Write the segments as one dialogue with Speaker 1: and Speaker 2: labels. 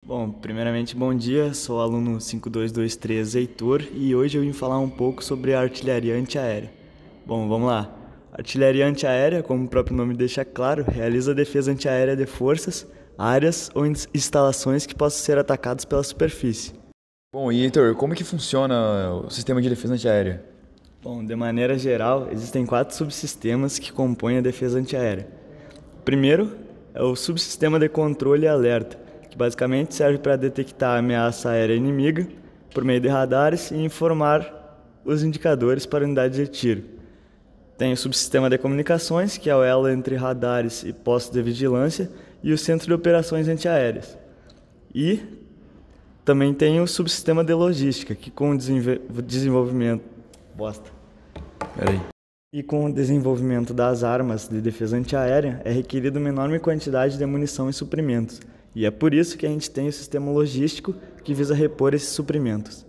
Speaker 1: Bom, primeiramente, bom dia. Sou o aluno 5223 Heitor e hoje eu vim falar um pouco sobre a artilharia antiaérea. Bom, vamos lá. A artilharia antiaérea, como o próprio nome deixa claro, realiza a defesa antiaérea de forças, áreas ou instalações que possam ser atacadas pela superfície.
Speaker 2: Bom, e Heitor, como que funciona o sistema de defesa antiaérea?
Speaker 1: Bom, de maneira geral, existem 4 subsistemas que compõem a defesa antiaérea. O primeiro é o subsistema de controle e alerta, que basicamente serve para detectar a ameaça aérea inimiga por meio de radares e informar os indicadores para unidades de tiro. Tem o subsistema de comunicações, que é o elo entre radares e postos de vigilância, e o centro de operações antiaéreas. E também tem o subsistema de logística, que com o desenvolvimento... Bosta.
Speaker 2: Peraí.
Speaker 1: E com o desenvolvimento das armas de defesa antiaérea, é requerida uma enorme quantidade de munição e suprimentos. E é por isso que a gente tem o sistema logístico que visa repor esses suprimentos.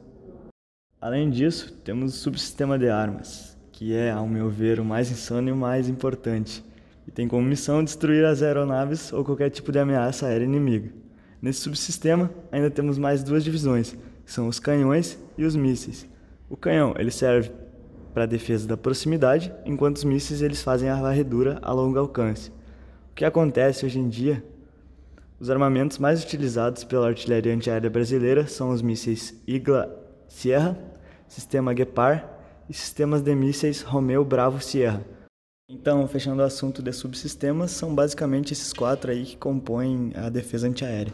Speaker 1: Além disso, temos o subsistema de armas, que é, ao meu ver, o mais insano e o mais importante, e tem como missão destruir as aeronaves ou qualquer tipo de ameaça aérea inimiga. Nesse subsistema, ainda temos mais 2 divisões, que são os canhões e os mísseis. O canhão ele serve para a defesa da proximidade, enquanto os mísseis eles fazem a varredura a longo alcance. O que acontece hoje em dia? Os armamentos mais utilizados pela artilharia antiaérea brasileira são os mísseis Igla Sierra, sistema Gepard e sistemas de mísseis Romeo Bravo Sierra. Então, fechando o assunto de subsistemas, são basicamente esses 4 aí que compõem a defesa antiaérea.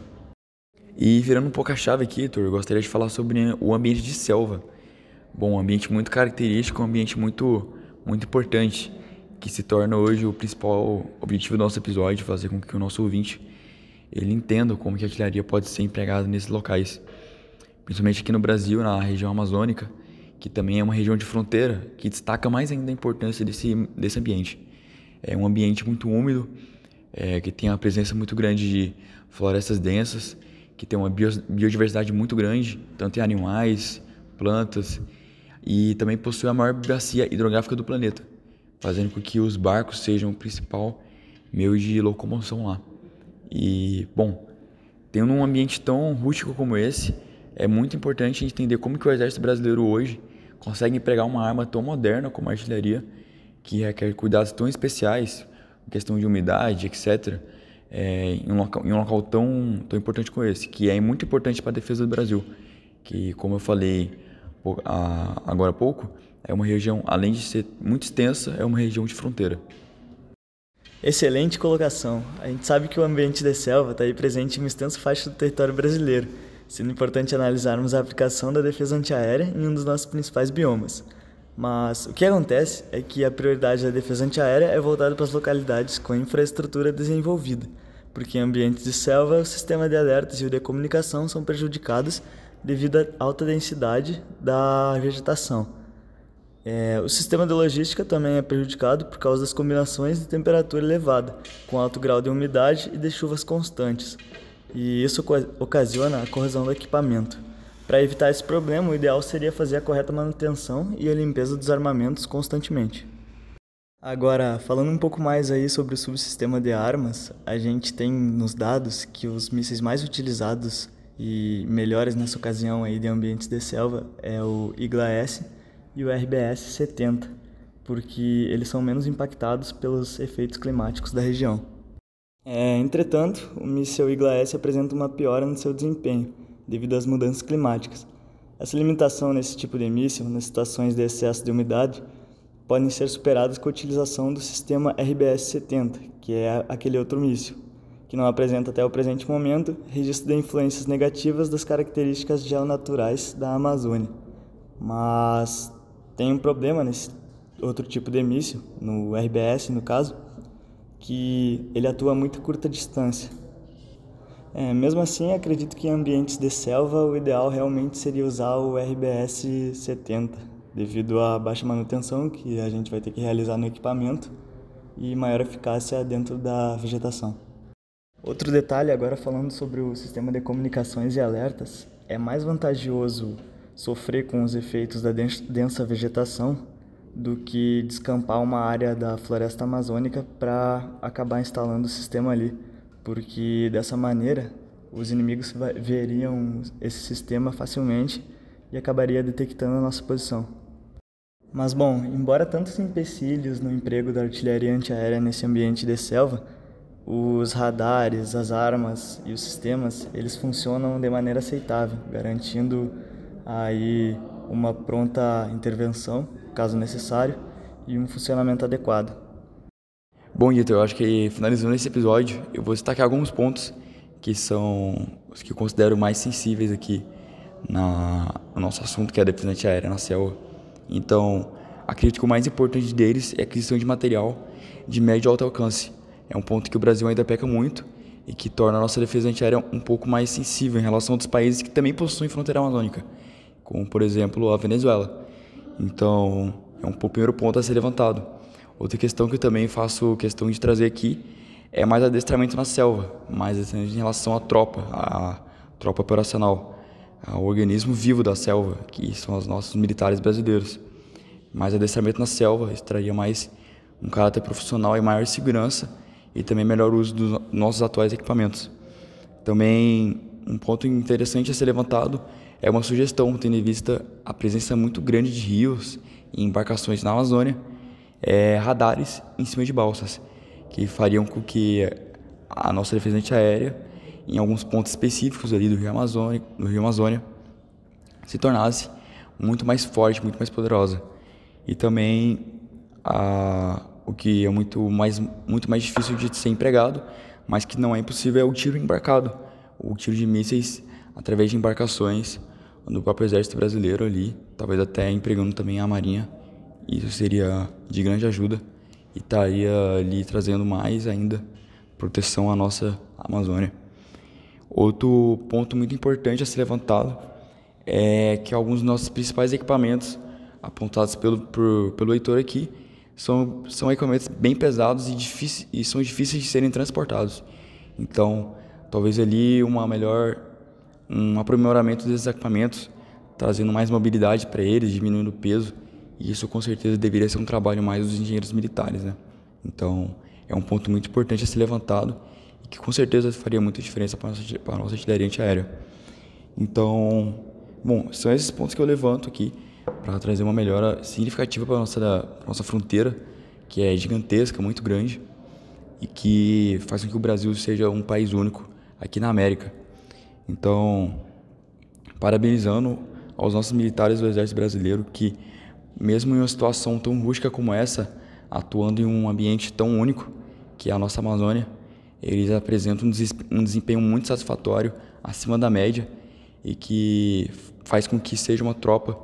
Speaker 2: E virando um pouco a chave aqui, Heitor, eu gostaria de falar sobre o ambiente de selva. Bom, um ambiente muito característico, um ambiente muito importante, que se torna hoje o principal objetivo do nosso episódio, fazer com que o nosso ouvinte ele entenda como que a artilharia pode ser empregada nesses locais. Principalmente aqui no Brasil, na região amazônica, que também é uma região de fronteira, que destaca mais ainda a importância desse ambiente. É um ambiente muito úmido, que tem uma presença muito grande de florestas densas, que tem uma biodiversidade muito grande, tanto em animais, plantas, e também possui a maior bacia hidrográfica do planeta, fazendo com que os barcos sejam o principal meio de locomoção lá. E, bom, tendo um ambiente tão rústico como esse, é muito importante entender como que o exército brasileiro hoje consegue empregar uma arma tão moderna como a artilharia, que requer cuidados tão especiais, questão de umidade, etc., em um local tão importante como esse, que é muito importante para a defesa do Brasil, que, como eu falei agora há pouco, é uma região, além de ser muito extensa, é uma região de fronteira.
Speaker 1: Excelente colocação. A gente sabe que o ambiente de selva está aí presente em uma extensa faixa do território brasileiro, sendo importante analisarmos a aplicação da defesa antiaérea em um dos nossos principais biomas. Mas o que acontece é que a prioridade da defesa antiaérea é voltada para as localidades com infraestrutura desenvolvida, porque em ambientes de selva o sistema de alertas e o de comunicação são prejudicados devido à alta densidade da vegetação. O sistema de logística também é prejudicado por causa das combinações de temperatura elevada, com alto grau de umidade e de chuvas constantes, e isso ocasiona a corrosão do equipamento. Para evitar esse problema, o ideal seria fazer a correta manutenção e a limpeza dos armamentos constantemente. Agora, falando um pouco mais aí sobre o subsistema de armas, a gente tem nos dados que os mísseis mais utilizados e melhores nessa ocasião aí de ambientes de selva é o Igla-S e o RBS-70, porque eles são menos impactados pelos efeitos climáticos da região. Entretanto, o míssil Igla-S apresenta uma piora no seu desempenho, devido às mudanças climáticas. Essa limitação nesse tipo de míssil, nas situações de excesso de umidade, podem ser superadas com a utilização do sistema RBS-70, que é aquele outro míssil, que não apresenta até o presente momento registro de influências negativas das características geonaturais da Amazônia. Mas tem um problema nesse outro tipo de míssil, no RBS no caso, que ele atua a muito curta distância. Mesmo assim, acredito que em ambientes de selva o ideal realmente seria usar o RBS-70, devido à baixa manutenção que a gente vai ter que realizar no equipamento e maior eficácia dentro da vegetação. Outro detalhe, agora falando sobre o sistema de comunicações e alertas, é mais vantajoso sofrer com os efeitos da densa vegetação do que descampar uma área da floresta amazônica para acabar instalando o sistema ali, porque dessa maneira os inimigos veriam esse sistema facilmente e acabaria detectando a nossa posição. Mas bom, embora tantos empecilhos no emprego da artilharia antiaérea nesse ambiente de selva, os radares, as armas e os sistemas, eles funcionam de maneira aceitável, garantindo aí uma pronta intervenção, caso necessário, e um funcionamento adequado.
Speaker 2: Bom, Ito, eu acho que finalizando esse episódio, eu vou destacar alguns pontos que são os que eu considero mais sensíveis aqui no nosso assunto, que é a defesa antiaérea na selva. Então, acredito que o mais importante deles é a aquisição de material de médio e alto alcance. É um ponto que o Brasil ainda peca muito e que torna a nossa defesa antiaérea um pouco mais sensível em relação a outros países que também possuem fronteira amazônica, como, por exemplo, a Venezuela. Então, é um primeiro ponto a ser levantado. Outra questão que eu também faço questão de trazer aqui é mais adestramento na selva, mais em relação à tropa operacional, ao organismo vivo da selva, que são os nossos militares brasileiros. Mais adestramento na selva extraria mais um caráter profissional e maior segurança e também melhor uso dos nossos atuais equipamentos. Também um ponto interessante a ser levantado é uma sugestão, tendo em vista a presença muito grande de rios e embarcações na Amazônia, radares em cima de balsas, que fariam com que a nossa defesa antiaérea, em alguns pontos específicos ali do Rio Amazônia, se tornasse muito mais forte, muito mais poderosa. E também o que é muito mais difícil de ser empregado, mas que não é impossível, é o tiro embarcado, o tiro de mísseis através de embarcações do próprio exército brasileiro ali, talvez até empregando também a marinha. Isso seria de grande ajuda e estaria ali trazendo mais ainda proteção à nossa Amazônia. Outro ponto muito importante a ser levantado é que alguns dos nossos principais equipamentos apontados pelo Heitor aqui são equipamentos bem pesados e são difíceis de serem transportados. Então, talvez ali um aprimoramento desses equipamentos, trazendo mais mobilidade para eles, diminuindo o peso. E isso com certeza deveria ser um trabalho mais dos engenheiros militares, né? Então, é um ponto muito importante a ser levantado e que com certeza faria muita diferença para a nossa artilharia antiaérea. Então, bom, são esses pontos que eu levanto aqui para trazer uma melhora significativa para a nossa fronteira, que é gigantesca, muito grande, e que faz com que o Brasil seja um país único aqui na América. Então, parabenizando aos nossos militares do Exército Brasileiro que, mesmo em uma situação tão rústica como essa, atuando em um ambiente tão único, que é a nossa Amazônia, eles apresentam um desempenho muito satisfatório, acima da média, e que faz com que seja uma tropa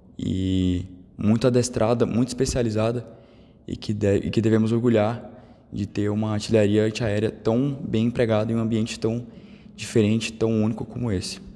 Speaker 2: muito adestrada, muito especializada, e que devemos orgulhar de ter uma artilharia antiaérea tão bem empregada em um ambiente tão diferente, tão único como esse.